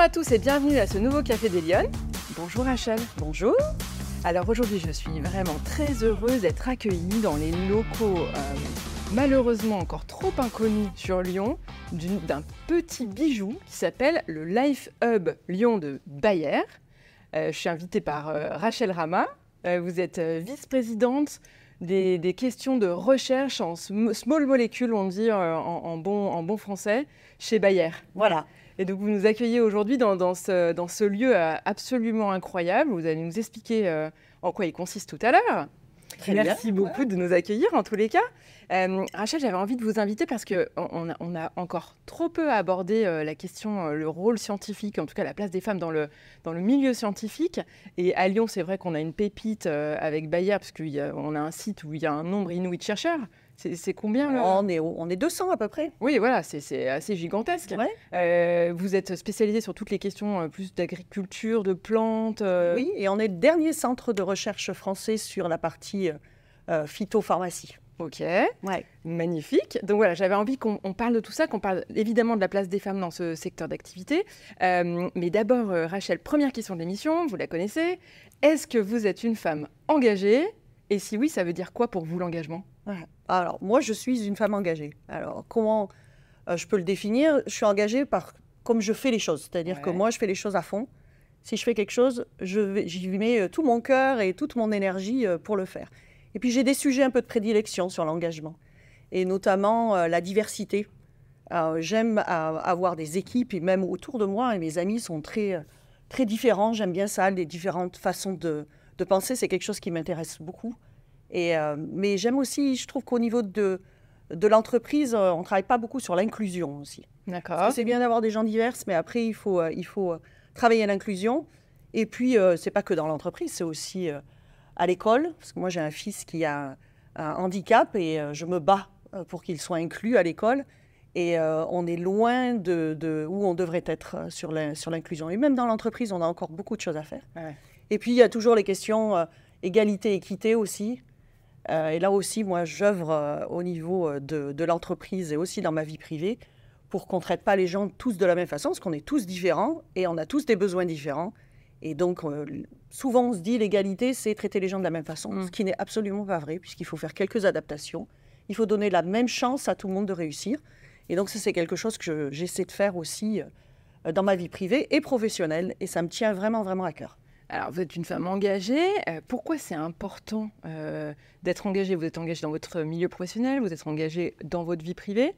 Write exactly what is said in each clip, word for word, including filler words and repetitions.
à tous et bienvenue à ce nouveau Café des Lyonnes. Bonjour Rachel. Bonjour. Alors aujourd'hui, je suis vraiment très heureuse d'être accueillie dans les locaux euh, malheureusement encore trop inconnus sur Lyon d'un petit bijou qui s'appelle le Life Hub Lyon de Bayer. Euh, je suis invitée par euh, Rachel Rama. Euh, vous êtes euh, vice-présidente des, des questions de recherche en sm small molecule, on dit euh, en, en, bon, en bon français, chez Bayer. Voilà. Et donc vous nous accueillez aujourd'hui dans, dans, ce, dans ce lieu absolument incroyable. Vous allez nous expliquer euh, en quoi il consiste tout à l'heure. Merci bien. beaucoup de nous accueillir en tous les cas. Euh, Rachel, j'avais envie de vous inviter parce qu'on on, on a encore trop peu abordé euh, la question, euh, le rôle scientifique, en tout cas la place des femmes dans le, dans le milieu scientifique. Et à Lyon, c'est vrai qu'on a une pépite euh, avec Bayer, parce qu'on a, a un site où il y a un nombre inouï de chercheurs. C'est combien là? on est, on est deux cents à peu près. Oui, voilà, c'est assez gigantesque. Ouais. Euh, vous êtes spécialisé sur toutes les questions euh, plus d'agriculture, de plantes. Euh... Oui, et on est le dernier centre de recherche français sur la partie euh, phytopharmacie. Ok, ouais. Magnifique. Donc voilà, j'avais envie qu'on parle de tout ça, qu'on parle évidemment de la place des femmes dans ce secteur d'activité. Euh, mais d'abord, euh, Rachel, première question de l'émission, vous la connaissez. Est-ce que vous êtes une femme engagée? Et si oui, ça veut dire quoi pour vous l'engagement? Ouais. Alors, moi, je suis une femme engagée. Alors, comment euh, je peux le définir? Je suis engagée par comme je fais les choses. C'est-à-dire ouais. que moi, je fais les choses à fond. Si je fais quelque chose, j'y mets tout mon cœur et toute mon énergie euh, pour le faire. Et puis, j'ai des sujets un peu de prédilection sur l'engagement, et notamment euh, la diversité. Euh, J'aime avoir des équipes, et même autour de moi, et mes amis sont très, très différents. J'aime bien ça, les différentes façons de, de penser. C'est quelque chose qui m'intéresse beaucoup. Et, euh, mais j'aime aussi, je trouve qu'au niveau de, de l'entreprise, euh, on ne travaille pas beaucoup sur l'inclusion aussi. D'accord. C'est bien d'avoir des gens divers, mais après, il faut, euh, il faut euh, travailler l'inclusion. Et puis, euh, ce n'est pas que dans l'entreprise, c'est aussi euh, à l'école. Parce que moi, j'ai un fils qui a un, un handicap et euh, je me bats pour qu'il soit inclus à l'école. Et euh, on est loin de, de où on devrait être sur l'inclusion. Et même dans l'entreprise, on a encore beaucoup de choses à faire. Ouais. Et puis, il y a toujours les questions euh, égalité, équité aussi. Euh, et là aussi, moi, j'œuvre euh, au niveau euh, de, de l'entreprise et aussi dans ma vie privée pour qu'on ne traite pas les gens tous de la même façon, parce qu'on est tous différents et on a tous des besoins différents. Et donc, euh, souvent, on se dit l'égalité, c'est traiter les gens de la même façon, mmh. ce qui n'est absolument pas vrai, puisqu'il faut faire quelques adaptations. Il faut donner la même chance à tout le monde de réussir. Et donc, ça, c'est quelque chose que j'essaie de faire aussi euh, dans ma vie privée et professionnelle. Et ça me tient vraiment, vraiment à cœur. Alors, vous êtes une femme engagée. Euh, pourquoi c'est important euh, d'être engagée? Vous êtes engagée dans votre milieu professionnel, vous êtes engagée dans votre vie privée.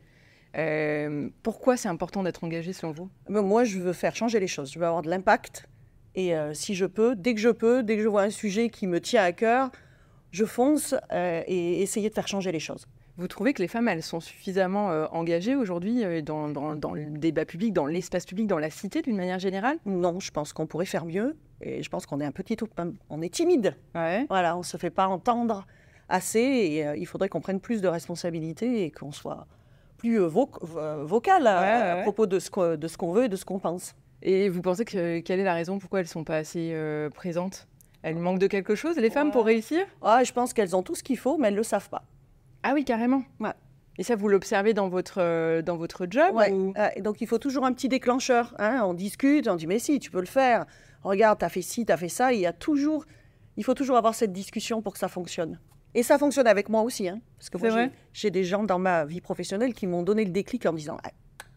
Euh, pourquoi c'est important d'être engagée selon vous? Moi, je veux faire changer les choses. Je veux avoir de l'impact. Et euh, si je peux, dès que je peux, dès que je vois un sujet qui me tient à cœur, je fonce euh, et essayer de faire changer les choses. Vous trouvez que les femmes, elles sont suffisamment euh, engagées aujourd'hui euh, dans, dans, dans le débat public, dans l'espace public, dans la cité d'une manière générale? Non, je pense qu'on pourrait faire mieux. Et je pense qu'on est un petit, on est timide. Ouais. Voilà, on ne se fait pas entendre assez. Et euh, il faudrait qu'on prenne plus de responsabilités et qu'on soit plus euh, vo euh, vocal à, ouais, ouais, à propos de ce qu'on de ce qu'on veut et de ce qu'on pense. Et vous pensez que quelle est la raison pourquoi elles ne sont pas assez euh, présentes? Elles manquent de quelque chose, les femmes, ouais. pour réussir? Ah, je pense qu'elles ont tout ce qu'il faut, mais elles ne le savent pas. Ah oui, carrément. Ouais. Et ça, vous l'observez dans votre, euh, dans votre job? Ouais. ou... euh, donc, il faut toujours un petit déclencheur. Hein. On discute, on dit, mais si, tu peux le faire. Regarde, tu as fait ci, tu as fait ça. Il, y a toujours, il faut toujours avoir cette discussion pour que ça fonctionne. Et ça fonctionne avec moi aussi. Hein, parce que j'ai des gens dans ma vie professionnelle qui m'ont donné le déclic en me disant, ah,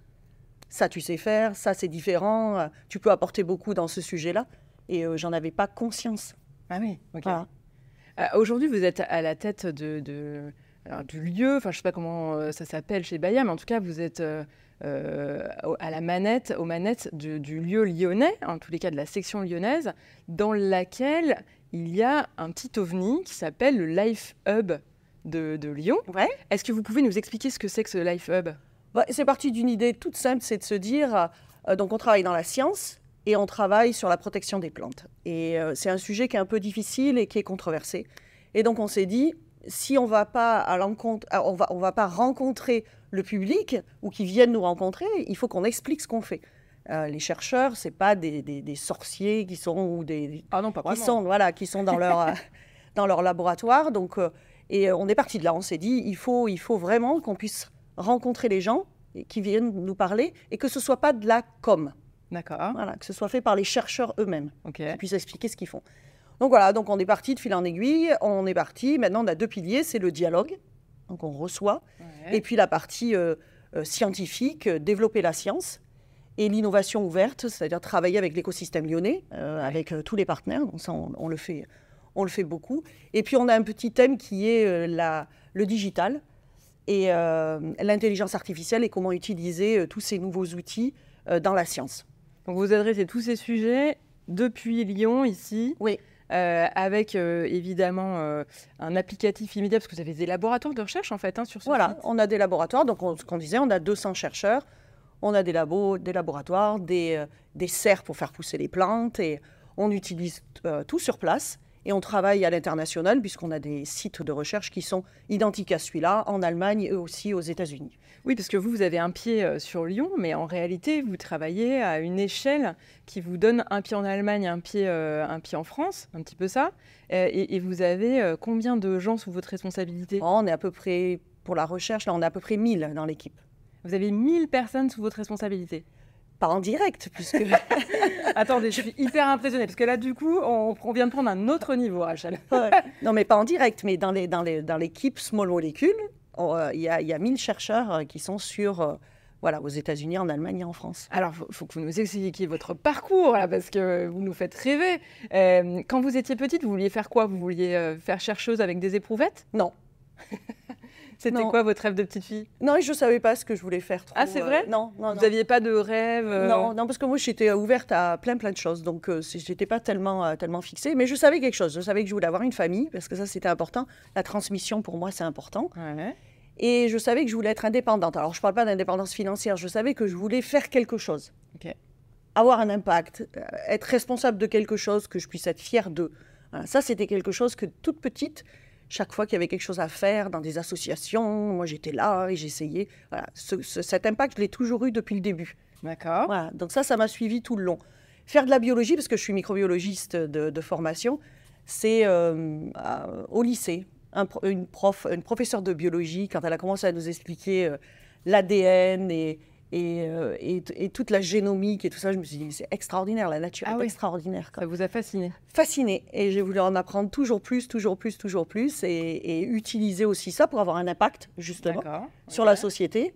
ça, tu sais faire, ça, c'est différent. Tu peux apporter beaucoup dans ce sujet-là. Et euh, j'en avais pas conscience. Ah oui, ok. Voilà. Euh, Aujourd'hui, vous êtes à la tête de... de... Alors, du lieu, enfin je ne sais pas comment euh, ça s'appelle chez Bayer, mais en tout cas vous êtes euh, euh, à la manette, aux manettes de, du lieu lyonnais, en tous les cas de la section lyonnaise, dans laquelle il y a un petit ovni qui s'appelle le Life Hub de, de Lyon. Ouais. Est-ce que vous pouvez nous expliquer ce que c'est que ce Life Hub? Bah, c'est parti d'une idée toute simple, c'est de se dire, euh, donc on travaille dans la science et on travaille sur la protection des plantes. Et euh, c'est un sujet qui est un peu difficile et qui est controversé. Et donc on s'est dit, si on va pas à l'encontre, on va, on va pas rencontrer le public ou qu'ils viennent nous rencontrer, il faut qu'on explique ce qu'on fait. Euh, les chercheurs, c'est pas des, des, des sorciers qui sont ou des ah non pas qui sont voilà qui sont dans leur dans leur laboratoire. Donc euh, et on est parti de là. On s'est dit il faut il faut vraiment qu'on puisse rencontrer les gens qui viennent nous parler et que ce soit pas de la com. D'accord. Voilà, que ce soit fait par les chercheurs eux-mêmes, okay. qui puissent expliquer ce qu'ils font. Donc voilà, donc on est parti de fil en aiguille, on est parti, maintenant on a deux piliers, c'est le dialogue, donc on reçoit, ouais. et puis la partie euh, euh, scientifique, euh, développer la science, et l'innovation ouverte, c'est-à-dire travailler avec l'écosystème lyonnais, euh, ouais. avec euh, tous les partenaires, donc ça on, on, le fait, on le fait beaucoup. Et puis on a un petit thème qui est euh, la, le digital, et euh, l'intelligence artificielle et comment utiliser euh, tous ces nouveaux outils euh, dans la science. Donc vous adressez tous ces sujets depuis Lyon, ici, oui. euh, avec euh, évidemment euh, un applicatif immédiat, parce que vous avez des laboratoires de recherche en fait hein, sur ce Voilà, site. On a des laboratoires, donc on, ce qu'on disait, on a deux cents chercheurs, on a des labos, des laboratoires, des, euh, des serres pour faire pousser les plantes, et on utilise euh, tout sur place. Et on travaille à l'international, puisqu'on a des sites de recherche qui sont identiques à celui-là, en Allemagne et aussi aux États-Unis. Oui, parce que vous, vous avez un pied sur Lyon, mais en réalité, vous travaillez à une échelle qui vous donne un pied en Allemagne, un pied, euh, un pied en France, un petit peu ça. Et, et vous avez euh, combien de gens sous votre responsabilité ? Oh, On est à peu près, pour la recherche, là, on est à peu près mille dans l'équipe. Vous avez mille personnes sous votre responsabilité ? Pas en direct, puisque... Attendez, je suis hyper impressionnée, parce que là, du coup, on, on vient de prendre un autre niveau, Rachel. Ouais. Non, mais pas en direct, mais dans, les, dans, les, dans l'équipe Small Molecule, il euh, y, y a mille chercheurs euh, qui sont sur, euh, voilà, aux États-Unis, en Allemagne et en France. Alors, il faut, faut que vous nous expliquiez votre parcours, là, parce que vous nous faites rêver. Euh, quand vous étiez petite, vous vouliez faire quoi ? Vous vouliez euh, faire chercheuse avec des éprouvettes ? Non. C'était non. quoi votre rêve de petite fille ? Non, je ne savais pas ce que je voulais faire. Trop, ah, c'est vrai ? euh, Non, non. Vous n'aviez pas de rêve euh... Non, non, parce que moi, j'étais ouverte à plein, plein de choses. Donc, euh, je n'étais pas tellement, euh, tellement fixée. Mais je savais quelque chose. Je savais que je voulais avoir une famille, parce que ça, c'était important. La transmission, pour moi, c'est important. Ouais. Et je savais que je voulais être indépendante. Alors, je ne parle pas d'indépendance financière. Je savais que je voulais faire quelque chose. Okay. Avoir un impact, euh, être responsable de quelque chose, que je puisse être fière d'eux. Voilà, ça, c'était quelque chose que, toute petite... Chaque fois qu'il y avait quelque chose à faire dans des associations, moi j'étais là et j'essayais. Voilà. Ce, ce, cet impact, je l'ai toujours eu depuis le début. D'accord. Voilà. Donc ça, ça m'a suivi tout le long. Faire de la biologie, parce que je suis microbiologiste de, de formation, c'est euh, euh, au lycée. Un, une, prof, une professeure de biologie, quand elle a commencé à nous expliquer euh, l'A D N et, et, euh, et, et toute la génomique et tout ça, je me suis dit, c'est extraordinaire, la nature ah est oui. extraordinaire. Ça vous a fasciné ? Fascinée. Et j'ai voulu en apprendre toujours plus, toujours plus, toujours plus, et, et utiliser aussi ça pour avoir un impact, justement, sur okay. la société.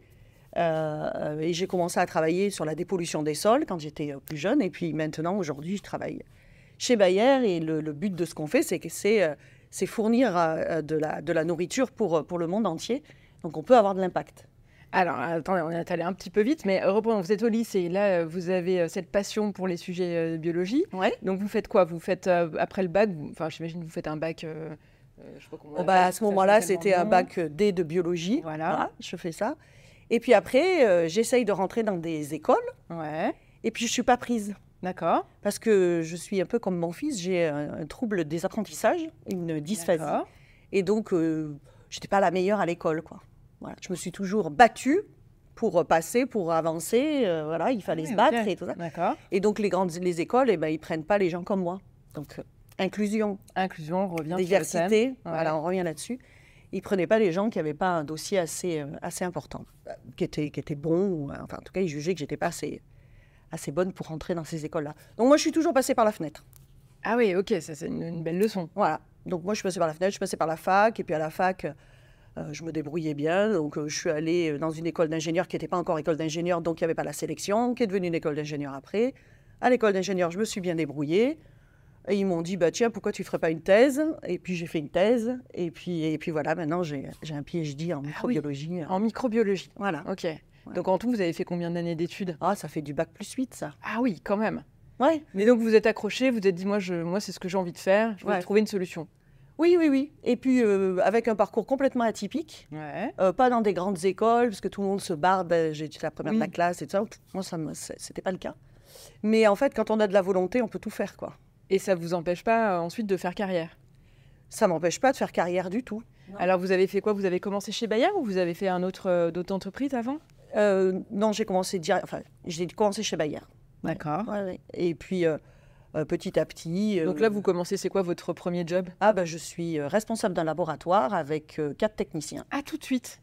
Euh, et j'ai commencé à travailler sur la dépollution des sols quand j'étais plus jeune, et puis maintenant, aujourd'hui, je travaille chez Bayer, et le, le but de ce qu'on fait, c'est que c'est, euh, c'est fournir euh, de, la, de la nourriture pour, pour le monde entier. Donc, on peut avoir de l'impact. Alors, attendez, on est allé un petit peu vite, mais reprenons, vous êtes au lycée, là, vous avez cette passion pour les sujets de biologie. Ouais. Donc, vous faites quoi ? Vous faites, euh, après le bac, vous, enfin, j'imagine que vous faites un bac... Euh, je sais pas comment oh bah, à ce moment-là, c'était un bac D de biologie. Voilà. voilà. Je fais ça. Et puis après, euh, j'essaye de rentrer dans des écoles. Ouais. Et puis, je ne suis pas prise. D'accord. Parce que je suis un peu comme mon fils, j'ai un, un trouble des apprentissages, une dysphasie. Et donc, euh, je n'étais pas la meilleure à l'école, quoi. Voilà. Je me suis toujours battue pour passer, pour avancer. Euh, voilà, il fallait oui, se battre okay. et tout ça. D'accord. Et donc, les grandes les écoles, eh ben, ils ne prennent pas les gens comme moi. Donc, euh, inclusion. Inclusion, on revient diversité, sur le thème. Voilà, ouais. on revient là-dessus. Ils ne prenaient pas les gens qui n'avaient pas un dossier assez, euh, assez important, qui était, qui était bon. Ou, enfin, en tout cas, ils jugeaient que je n'étais pas assez, assez bonne pour rentrer dans ces écoles-là. Donc, moi, je suis toujours passée par la fenêtre. Ah oui, ok, ça, c'est une, une belle leçon. Voilà. Donc, moi, je suis passée par la fenêtre, je suis passée par la fac. Et puis, à la fac... Euh, je me débrouillais bien, donc euh, je suis allée dans une école d'ingénieur qui n'était pas encore école d'ingénieur, donc il n'y avait pas la sélection, qui est devenue une école d'ingénieur après. À l'école d'ingénieur, je me suis bien débrouillée. Et ils m'ont dit, bah, tiens, pourquoi tu ne ferais pas une thèse ? Et puis j'ai fait une thèse, et puis, et puis voilà, maintenant j'ai, j'ai un P H D en microbiologie. Ah oui, en microbiologie, voilà. Ok. Ouais. Donc en tout, vous avez fait combien d'années d'études ? Ah, ça fait du bac plus huit, ça. Ah oui, quand même. Ouais. Mais donc vous êtes accroché, vous êtes dit, moi, je, moi c'est ce que j'ai envie de faire, je vais ouais. trouver une solution. Oui, oui, oui. Et puis, euh, avec un parcours complètement atypique. Ouais. Euh, pas dans des grandes écoles, parce que tout le monde se barre. Ben, j'étais la première oui. de la classe et tout ça. Moi, ça me, c'était pas le cas. Mais en fait, quand on a de la volonté, on peut tout faire, quoi. Et ça vous empêche pas, euh, ensuite, de faire carrière ? Ça m'empêche pas de faire carrière du tout. Non. Alors, vous avez fait quoi ? Vous avez commencé chez Bayer ou vous avez fait un autre, euh, d'autres entreprises avant ? euh, Non, j'ai commencé, direct, enfin, j'ai commencé chez Bayer. D'accord. Ouais, ouais. Et puis... Euh, Euh, petit à petit. Euh... Donc là, vous commencez, c'est quoi votre premier job ? Ah ben, je suis responsable d'un laboratoire avec euh, quatre techniciens. Ah, tout de suite ?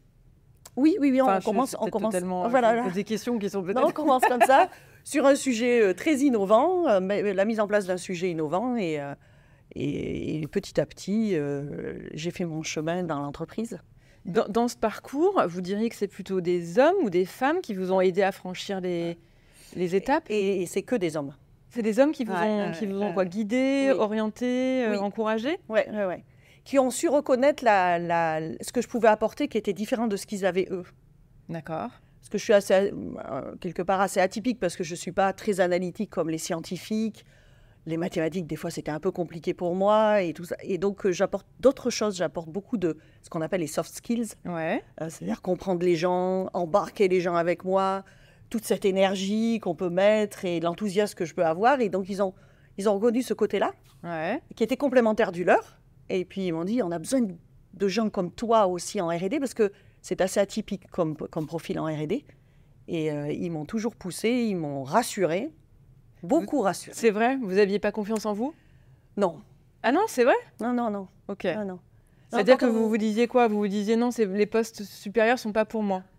Oui, oui, oui, on enfin, commence... Je, on commence totalement, voilà, des questions qui sont peut-être... Non, on commence comme ça, sur un sujet très innovant, euh, mais, la mise en place d'un sujet innovant, et, euh, et, et petit à petit, euh, j'ai fait mon chemin dans l'entreprise. Dans, dans ce parcours, vous diriez que c'est plutôt des hommes ou des femmes qui vous ont aidé à franchir les, les étapes? Et, et c'est que des hommes. C'est des hommes qui vous ouais, ont, euh, qui vous ont euh, quoi, guidé, oui. orienté, euh, oui. encouragé? Oui, oui, oui. Qui ont su reconnaître la, la, ce que je pouvais apporter qui était différent de ce qu'ils avaient eux. D'accord. Parce que je suis assez, euh, quelque part assez atypique, parce que je ne suis pas très analytique comme les scientifiques. Les mathématiques, des fois, c'était un peu compliqué pour moi et tout ça. Et donc, euh, j'apporte d'autres choses. J'apporte beaucoup de ce qu'on appelle les soft skills. Ouais. Euh, c'est-à-dire comprendre les gens, embarquer les gens avec moi, toute cette énergie qu'on peut mettre et l'enthousiasme que je peux avoir. Et donc, ils ont, ils ont reconnu ce côté-là, ouais. qui était complémentaire du leur. Et puis, ils m'ont dit, on a besoin de gens comme toi aussi en R et D, parce que c'est assez atypique comme, comme profil en R et D. Et euh, ils m'ont toujours poussé, ils m'ont rassuré. Beaucoup rassuré. C'est vrai? Vous n'aviez pas confiance en vous? Non. Ah non, c'est vrai? Non, non, non. Ok. Non, non. C'est-à-dire que vous vous disiez quoi? Vous vous disiez non, les postes supérieurs ne sont pas pour moi?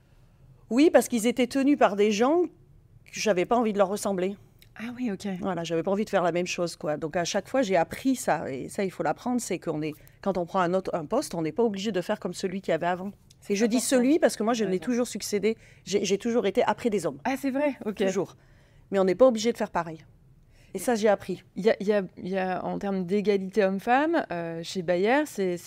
Oui, parce qu'ils étaient tenus par des gens que je n'avais pas envie de leur ressembler. Ah oui, ok. Voilà, j'avais pas envie de faire la même chose, quoi. Donc à chaque fois, j'ai appris ça. Et ça, il faut l'apprendre, c'est qu'on est, quand on prend un, autre, un poste, on n'est pas obligé de faire comme celui qu'il y avait avant. Et je dis celui parce que moi, je n'ai toujours succédé. J'ai toujours été après des hommes. Ah, c'est vrai? Ok. Toujours. Mais on n'est pas obligé de faire pareil. Et ça, j'ai appris. Il y a, il y a, il y a, en termes d'égalité homme-femme, euh, chez Bayer, c'est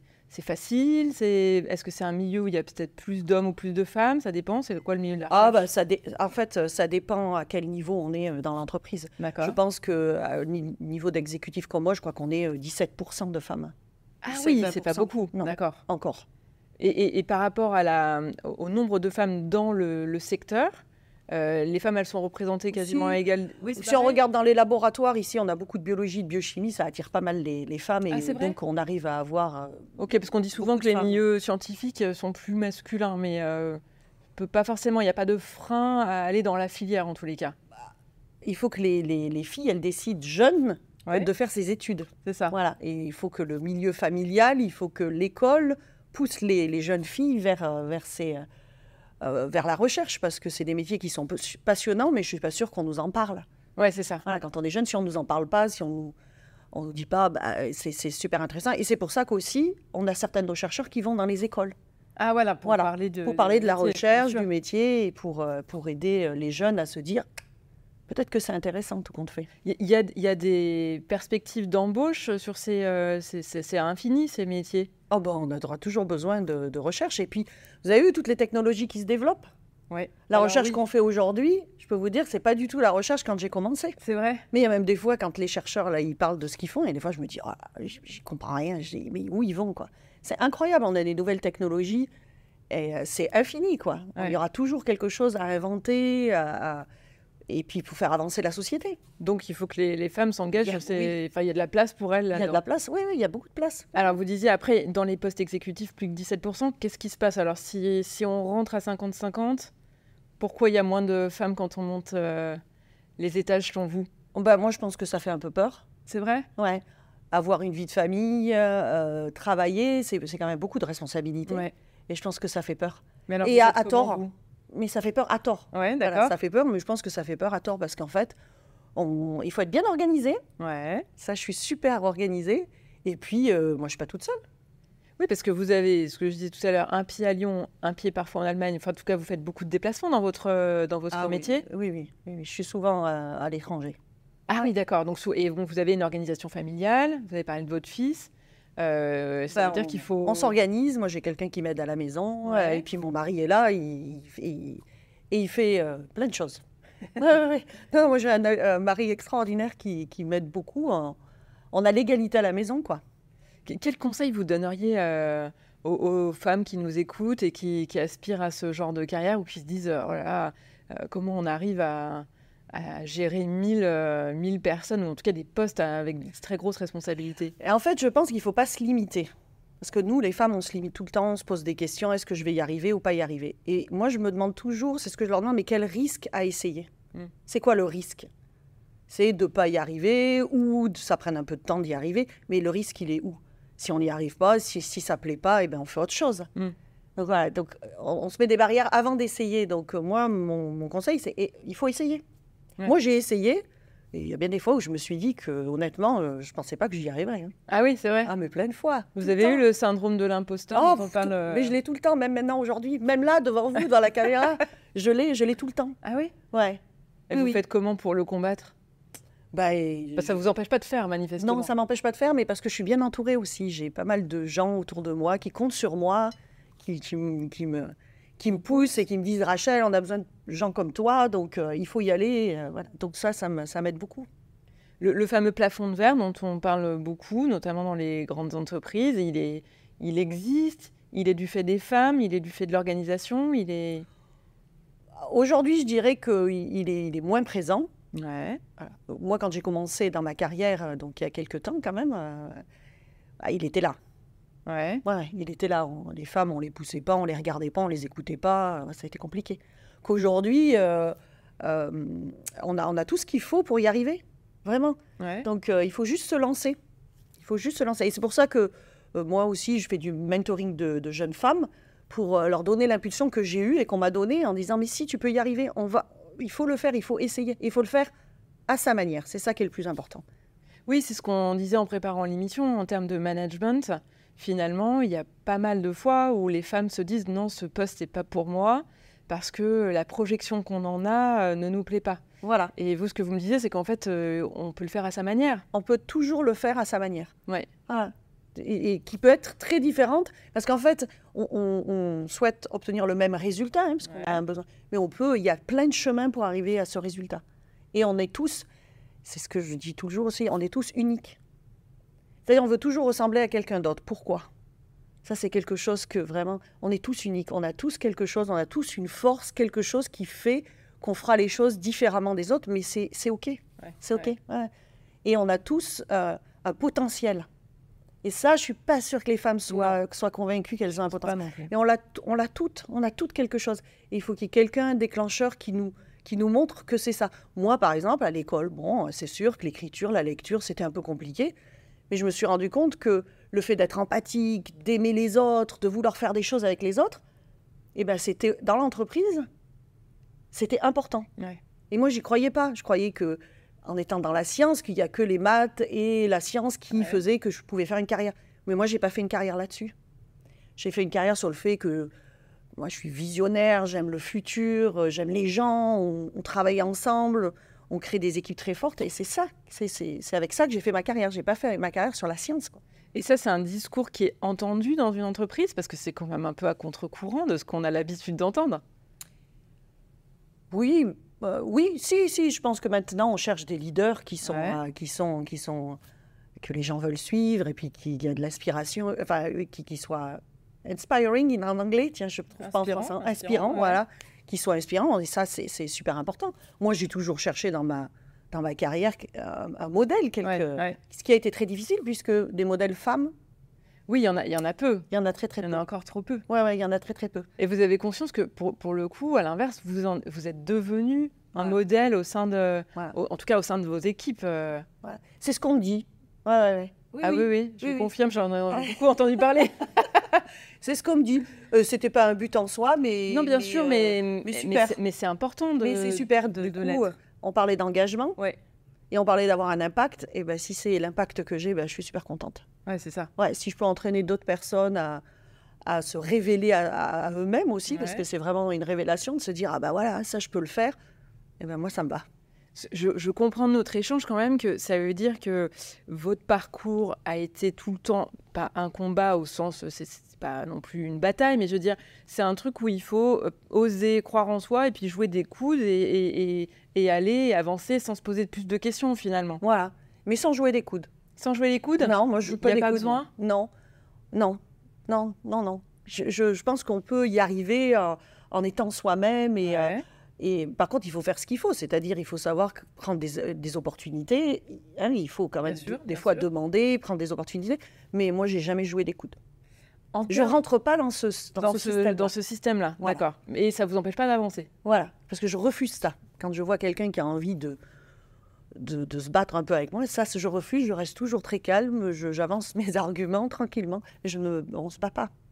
facile? Est-ce que c'est un milieu où il y a peut-être plus d'hommes ou plus de femmes? Ça dépend. C'est quoi le milieu de la recherche? Ah, bah, ça dé... En fait, ça dépend à quel niveau on est dans l'entreprise. D'accord. Je pense qu'à niveau d'exécutif comme moi, je crois qu'on est dix-sept pour cent de femmes. Ah oui, c'est pas beaucoup. D'accord. Encore. Et, et, et par rapport à la, au nombre de femmes dans le, le secteur, Euh, les femmes, elles sont représentées quasiment si. à égal. Oui, si on regarde dans les laboratoires, ici, on a beaucoup de biologie, de biochimie, ça attire pas mal les, les femmes. Et ah, donc, on arrive à avoir... Euh, ok, parce qu'on dit souvent que les femmes. milieux scientifiques sont plus masculins, mais euh, peut pas forcément, il n'y a pas de frein à aller dans la filière, en tous les cas. Il faut que les, les, les filles, elles décident jeunes ouais. de faire ces études. C'est ça. Voilà. Et il faut que le milieu familial, il faut que l'école pousse les, les jeunes filles vers, vers ces... Euh, vers la recherche, parce que c'est des métiers qui sont passionnants, mais je ne suis pas sûre qu'on nous en parle. Ouais, c'est ça. Voilà, quand on est jeune, si on ne nous en parle pas, si on ne nous dit pas, bah, c'est super intéressant. Et c'est pour ça qu'aussi, on a certains de nos chercheurs qui vont dans les écoles. Ah voilà, pour voilà, parler de, pour parler de, de la métier, recherche, du métier, et pour, euh, pour aider les jeunes à se dire, peut-être que c'est intéressant tout compte fait. Il y, y, y a des perspectives d'embauche sur ces... Euh, c'est infini, ces métiers. Oh ben, on aura toujours besoin de, de recherche. Et puis, vous avez vu toutes les technologies qui se développent? Ouais. La Alors, recherche oui. qu'on fait aujourd'hui, je peux vous dire que ce n'est pas du tout la recherche quand j'ai commencé. C'est vrai. Mais il y a même des fois, quand les chercheurs là, ils parlent de ce qu'ils font, et des fois, je me dis, oh, j'y comprends rien. Je dis, mais où ils vont, quoi? C'est incroyable, on a des nouvelles technologies, et euh, c'est infini, quoi. Ouais. Il y aura toujours quelque chose à inventer, à... à... et puis pour faire avancer la société. Donc il faut que les, les femmes s'engagent, oui. Enfin, il y a de la place pour elles. Il y a de la place, oui, oui, il y a beaucoup de place. Alors vous disiez après, dans les postes exécutifs, plus que dix-sept pour cent, qu'est-ce qui se passe? Alors si, si on rentre à cinquante cinquante, pourquoi il y a moins de femmes quand on monte euh, les étages selon vous? Ben, moi je pense que ça fait un peu peur. C'est vrai? Ouais. Avoir une vie de famille, euh, travailler, c'est quand même beaucoup de responsabilités. Ouais. Et je pense que ça fait peur. Mais alors, et à, à tort. Vous Mais ça fait peur à tort. Ouais, d'accord. Voilà, ça fait peur, mais je pense que ça fait peur à tort parce qu'en fait, on, il faut être bien organisé. Ouais. Ça, je suis super organisée. Et puis, euh, moi, je suis pas toute seule. Oui, parce que vous avez, ce que je disais tout à l'heure, un pied à Lyon, un pied parfois en Allemagne. Enfin, en tout cas, vous faites beaucoup de déplacements dans votre, dans votre ah, métier. Oui, oui, oui, oui. Je suis souvent à, à l'étranger. Ah oui, d'accord. Donc, et bon, vous avez une organisation familiale. Vous avez parlé de votre fils. Euh, ça veut dire qu'il faut... On s'organise. Moi, j'ai quelqu'un qui m'aide à la maison. Ouais. Et puis, mon mari est là. Il, il, et il fait euh, plein de choses. ouais, ouais, ouais. Non, moi, j'ai un, un mari extraordinaire qui, qui m'aide beaucoup. En, on a l'égalité à la maison, quoi. Quel conseil vous donneriez euh, aux, aux femmes qui nous écoutent et qui, qui aspirent à ce genre de carrière ou qui se disent oh là là, euh, comment on arrive à, à gérer mille, euh, mille personnes ou en tout cas des postes avec de très grosses responsabilités? Et en fait, je pense qu'il ne faut pas se limiter. Parce que nous, les femmes, on se limite tout le temps, on se pose des questions, est-ce que je vais y arriver ou pas y arriver? Et moi, je me demande toujours, c'est ce que je leur demande, mais quel risque à essayer? mm. C'est quoi le risque? C'est de ne pas y arriver ou que ça prenne un peu de temps d'y arriver, mais le risque, il est où? Si on n'y arrive pas, si, si ça ne plaît pas, eh ben on fait autre chose. Mm. Donc voilà, donc on, on se met des barrières avant d'essayer. Donc euh, moi, mon, mon conseil, c'est et, il faut essayer. Ouais. Moi, j'ai essayé. Et il y a bien des fois où je me suis dit que, honnêtement, euh, je ne pensais pas que j'y arriverais. Hein. Ah oui, c'est vrai. Ah, mais plein de fois. Vous avez eu le syndrome de l'imposteur oh, dont on parle... Mais je l'ai tout le temps, même maintenant, aujourd'hui. Même là, devant vous, dans la caméra, je l'ai, je l'ai tout le temps. Ah oui? Ouais. Et oui, vous oui. faites comment pour le combattre? bah, et... bah, ça ne vous empêche pas de faire, manifestement. Non, ça ne m'empêche pas de faire, mais parce que je suis bien entourée aussi. J'ai pas mal de gens autour de moi qui comptent sur moi, qui, qui, qui me... qui me poussent et qui me disent « Rachel, on a besoin de gens comme toi, donc euh, il faut y aller. Euh, » voilà. Donc ça, ça m'aide beaucoup. Le, le fameux plafond de verre dont on parle beaucoup, notamment dans les grandes entreprises, il, est, il existe, il est du fait des femmes, il est du fait de l'organisation, il est... Aujourd'hui, je dirais qu'il est, il est moins présent. Ouais. Voilà. Moi, quand j'ai commencé dans ma carrière, donc il y a quelques temps quand même, euh, bah, il était là. Ouais. Ouais, il était là. On, les femmes, on les poussait pas, on les regardait pas, on les écoutait pas. Ça a été compliqué. Qu'aujourd'hui, euh, euh, on, a, on a tout ce qu'il faut pour y arriver. Vraiment. Ouais. Donc, euh, il faut juste se lancer. Il faut juste se lancer. Et c'est pour ça que euh, moi aussi, je fais du mentoring de, de jeunes femmes pour euh, leur donner l'impulsion que j'ai eue et qu'on m'a donnée en disant « Mais si, tu peux y arriver, on va... il faut le faire, il faut essayer. Il faut le faire à sa manière. » C'est ça qui est le plus important. Oui, c'est ce qu'on disait en préparant l'émission. En termes de management, finalement, il y a pas mal de fois où les femmes se disent « Non, ce poste n'est pas pour moi » parce que la projection qu'on en a euh, ne nous plaît pas. Voilà. Et vous, ce que vous me disiez, c'est qu'en fait, euh, on peut le faire à sa manière. On peut toujours le faire à sa manière. Ouais. Voilà. Et, et qui peut être très différente, parce qu'en fait, on, on, on souhaite obtenir le même résultat, hein, parce qu'on ouais. a un besoin. Mais on peut, il y a plein de chemins pour arriver à ce résultat. Et on est tous, c'est ce que je dis toujours aussi, on est tous uniques. C'est-à-dire, on veut toujours ressembler à quelqu'un d'autre. Pourquoi ? Ça, c'est quelque chose que vraiment, on est tous uniques. On a tous quelque chose, on a tous une force, quelque chose qui fait qu'on fera les choses différemment des autres, mais c'est OK. Ouais, c'est OK. Ouais. Ouais. Et on a tous euh, un potentiel. Et ça, je ne suis pas sûre que les femmes soient, soient convaincues qu'elles ont un potentiel. Et on l'a, on l'a toutes, on a toutes quelque chose. Et il faut qu'il y ait quelqu'un, un déclencheur, qui nous, qui nous montre que c'est ça. Moi, par exemple, à l'école, bon, c'est sûr que l'écriture, la lecture, c'était un peu compliqué. Mais je me suis rendu compte que le fait d'être empathique, d'aimer les autres, de vouloir faire des choses avec les autres, eh ben, c'était dans l'entreprise, c'était important. Ouais. Et moi, j'y croyais pas. Je croyais que, en étant dans la science, qu'il n'y a que les maths et la science qui ouais. faisaient que je pouvais faire une carrière. Mais moi, j'ai pas fait une carrière là-dessus. J'ai fait une carrière sur le fait que moi, je suis visionnaire, j'aime le futur, j'aime les gens, on, on travaille ensemble, on crée des équipes très fortes. Et c'est ça, c'est, c'est, c'est avec ça que j'ai fait ma carrière. J'ai pas fait ma carrière sur la science, quoi. Et ça, c'est un discours qui est entendu dans une entreprise, parce que c'est quand même un peu à contre-courant de ce qu'on a l'habitude d'entendre. Oui, euh, oui, si, si. Je pense que maintenant, on cherche des leaders qui sont, ouais. euh, qui sont, qui sont, que les gens veulent suivre et puis qu'il y a de l'aspiration, enfin, qui, qui soient inspiring en anglais. Tiens, je trouve pas en français. Inspirant, inspirant ouais. Voilà, qui soient inspirants. Et ça, c'est, c'est super important. Moi, j'ai toujours cherché dans ma dans ma carrière un, un modèle, quelque, ouais, ouais. ce qui a été très difficile puisque des modèles femmes. Oui, il y en a, il y en a peu. Il y en a très, très peu. Il y en a encore trop peu. Oui, ouais, il y en a très, très peu. Et vous avez conscience que, pour, pour le coup, à l'inverse, vous, en, vous êtes devenu un ouais. modèle au sein de... Ouais. Au, en tout cas, au sein de vos équipes. Euh... Ouais. C'est ce qu'on me dit. Ouais, ouais, ouais. Oui, ah oui, oui, oui. je oui, vous oui. confirme, j'en ai beaucoup entendu parler. C'est ce qu'on me dit. Euh, C'était pas un but en soi, mais... Non, bien mais, sûr, euh, mais, mais super. Mais c'est important de... Mais c'est super. De, de coup, on parlait d'engagement. Ouais. Et on parlait d'avoir un impact, et ben si c'est l'impact que j'ai, ben je suis super contente. Ouais, c'est ça. Ouais, si je peux entraîner d'autres personnes à, à se révéler à, à eux-mêmes aussi, ouais. parce que c'est vraiment une révélation de se dire ah ben voilà, ça je peux le faire, et ben moi ça me va. Je, je comprends de notre échange quand même que ça veut dire que votre parcours a été tout le temps pas un combat au sens c'est, c'est pas non plus une bataille, mais je veux dire c'est un truc où il faut oser croire en soi et puis jouer des coudes et, et, et, et aller et avancer sans se poser plus de questions finalement. Voilà, mais sans jouer des coudes. Sans jouer les coudes ? Non, moi je joue pas les coudes. Il n'y a pas besoin ? Non, non, non, non, non. Je, je, je pense qu'on peut y arriver en, en étant soi-même et... Ouais. Euh, Et par contre, il faut faire ce qu'il faut, c'est-à-dire il faut savoir prendre des, des opportunités. Hein, il faut quand même bien sûr, des fois sûr. demander, prendre des opportunités. Mais moi, j'ai jamais joué des coudes. En je ne rentre pas dans ce, dans dans ce, ce système-là. Dans ce système-là, voilà. D'accord. Et ça ne vous empêche pas d'avancer ? Voilà, parce que je refuse ça. Quand je vois quelqu'un qui a envie de, de, de se battre un peu avec moi, ça, je refuse, je reste toujours très calme, je, j'avance mes arguments tranquillement, et je ne, on ne se bat pas.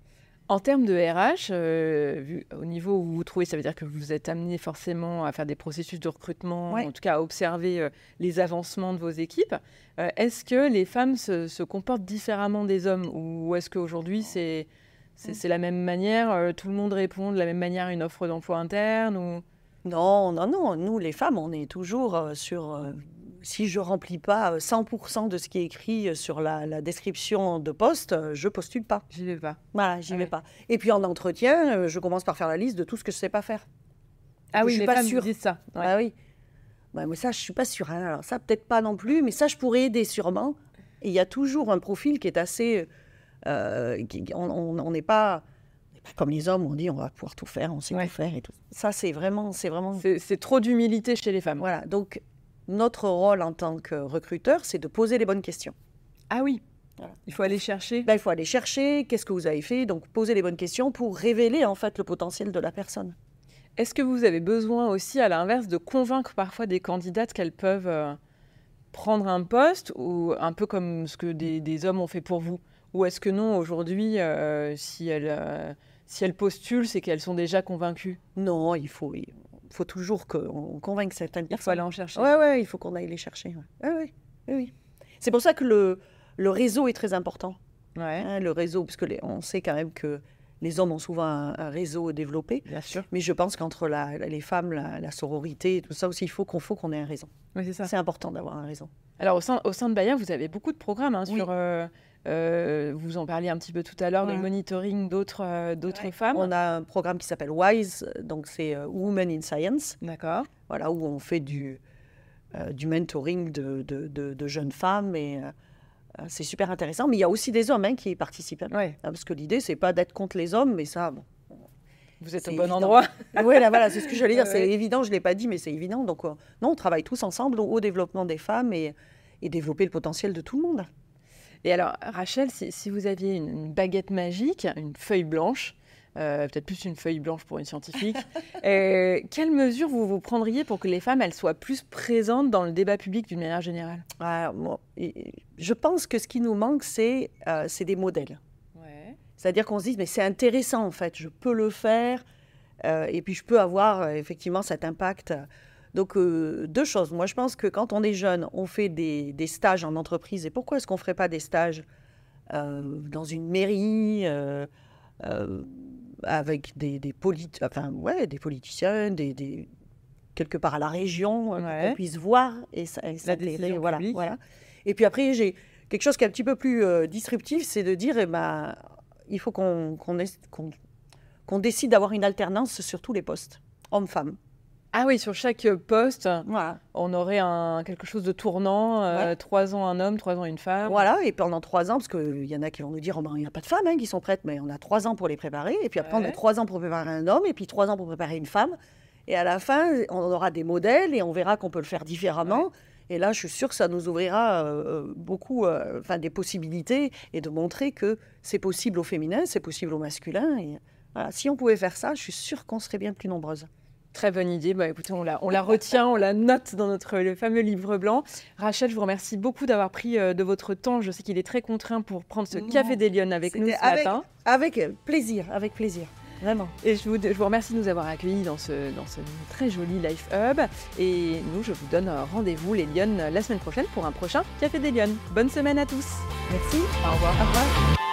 En termes de R H, euh, vu, au niveau où vous vous trouvez, ça veut dire que vous êtes amené forcément à faire des processus de recrutement, Ouais. en tout cas à observer euh, les avancements de vos équipes. Euh, est-ce que les femmes se, se comportent différemment des hommes ou est-ce qu'aujourd'hui c'est, c'est, c'est la même manière, euh, tout le monde répond de la même manière à une offre d'emploi interne ou... Non, non, non. Nous, les femmes, on est toujours euh, sur... euh, si je remplis pas cent pour cent de ce qui est écrit sur la, la description de poste, euh, je postule pas. J'y vais pas. Voilà, j'y Ah vais ouais. pas. Et puis en entretien, euh, je commence par faire la liste de tout ce que je sais pas faire. Ah Je oui, suis les pas femmes sûre. disent ça. Ouais. Ah oui. Ouais, mais ça, je suis pas sûre. hein. Alors ça, peut-être pas non plus, mais ça, je pourrais aider sûrement. Et il y a toujours un profil qui est assez... euh, qui- on n'est pas, on n'est pas comme les hommes, on dit on va pouvoir tout faire, on sait Ouais. tout faire et tout. Ça, c'est vraiment... C'est vraiment... C'est, c'est trop d'humilité chez les femmes. Voilà, donc notre rôle en tant que recruteur, c'est de poser les bonnes questions. Ah oui, Voilà. il faut aller chercher. Ben, il faut aller chercher, qu'est-ce que vous avez fait, donc poser les bonnes questions pour révéler en fait le potentiel de la personne. Est-ce que vous avez besoin aussi, à l'inverse, de convaincre parfois des candidates qu'elles peuvent euh, prendre un poste, ou un peu comme ce que des, des hommes ont fait pour vous? Ou est-ce que non, aujourd'hui, euh, si, elles, euh, si elles postulent, c'est qu'elles sont déjà convaincues? Non, il faut, il faut toujours qu'on convainque certaines Il faut personnes. aller en chercher. Ouais, ouais, il faut qu'on aille les chercher. Ouais. Ouais, ouais, oui, oui. C'est pour ça que le, le réseau est très important. Ouais, hein, le réseau, parce que les- on sait quand même que les hommes ont souvent un, un réseau développé. bien sûr. Mais je pense qu'entre la- les femmes, la, la sororité et tout ça aussi, il faut qu'on faut qu'on ait un réseau. Oui, c'est ça. C'est important d'avoir un réseau. Alors, au sein, au sein de Bayer, vous avez beaucoup de programmes hein, Oui. sur... euh, euh, vous en parliez un petit peu tout à l'heure, le Ouais. monitoring d'autres euh, d'autres Ouais. femmes. On a un programme qui s'appelle WISE, donc c'est euh, Women in Science, D'accord. voilà, où on fait du, euh, du mentoring de, de- de- de jeunes femmes et euh, euh, c'est super intéressant. Mais il y a aussi des hommes hein, qui y participent. hein. Ouais. Ah, parce que l'idée, c'est pas d'être contre les hommes, mais ça, bon. Vous êtes C'est au bon évident. endroit. Oui, là, voilà, c'est ce que j'allais dire. Ouais, C'est ouais. évident, je ne l'ai pas dit, mais c'est évident. Donc, euh, non, on travaille tous ensemble au, au développement des femmes et, et développer le potentiel de tout le monde. Et alors, Rachel, si, si vous aviez une, une baguette magique, une feuille blanche, euh, peut-être plus une feuille blanche pour une scientifique, euh, quelles mesures vous, vous prendriez pour que les femmes elles soient plus présentes dans le débat public d'une manière générale? Ah, moi, et- je pense que ce qui nous manque, c'est euh, c'est des modèles. Ouais. C'est-à-dire qu'on se dit, mais c'est intéressant, en fait, je peux le faire, euh, et puis je peux avoir euh, effectivement cet impact. Donc, euh, deux choses. Moi, je pense que quand on est jeune, on fait des, des stages en entreprise. Et pourquoi est-ce qu'on ne ferait pas des stages euh, dans une mairie, euh, euh, avec des, des, polit- enfin, ouais, des politiciens, des, des- quelque part à la région, euh, pour Ouais. qu'on puisse voir et, s- et s'intégrer, décision voilà, publique. voilà. Et puis après, j'ai quelque chose qui est un petit peu plus euh, disruptif, c'est de dire, eh ben, il faut qu'on qu'on ait- qu'on- qu'on décide d'avoir une alternance sur tous les postes, hommes-femmes. Ah oui, sur chaque poste, Voilà. on aurait un, quelque chose de tournant, euh, Ouais. trois ans un homme, trois ans une femme. Voilà, et pendant trois ans, parce qu'il y en a qui vont nous dire, oh ben, il n'y a pas de femmes hein, qui sont prêtes, mais on a trois ans pour les préparer, et puis après on Ouais. a trois ans pour préparer un homme, et puis trois ans pour préparer une femme, et à la fin, on aura des modèles, et on verra qu'on peut le faire différemment, et là, je suis sûre que ça nous ouvrira euh, beaucoup euh, enfin, des possibilités, et de montrer que c'est possible au féminin, c'est possible au masculin, et voilà. Si on pouvait faire ça, je suis sûre qu'on serait bien plus nombreuses. Très bonne idée. Bah, écoutez, on la, on la retient, on la note dans notre le fameux livre blanc. Rachel, je vous remercie beaucoup d'avoir pris euh, de votre temps. Je sais qu'il est très contraint pour prendre ce Non, Café des Lyonnes avec nous ce C'était avec- matin. Avec plaisir, avec plaisir, vraiment. Et je vous, je vous remercie de nous avoir accueillis dans ce, dans ce très joli Life Hub. Et nous, je vous donne rendez-vous, les Lyonnes, la semaine prochaine pour un prochain Café des Lyonnes. Bonne semaine à tous. Merci. Au revoir. Au revoir.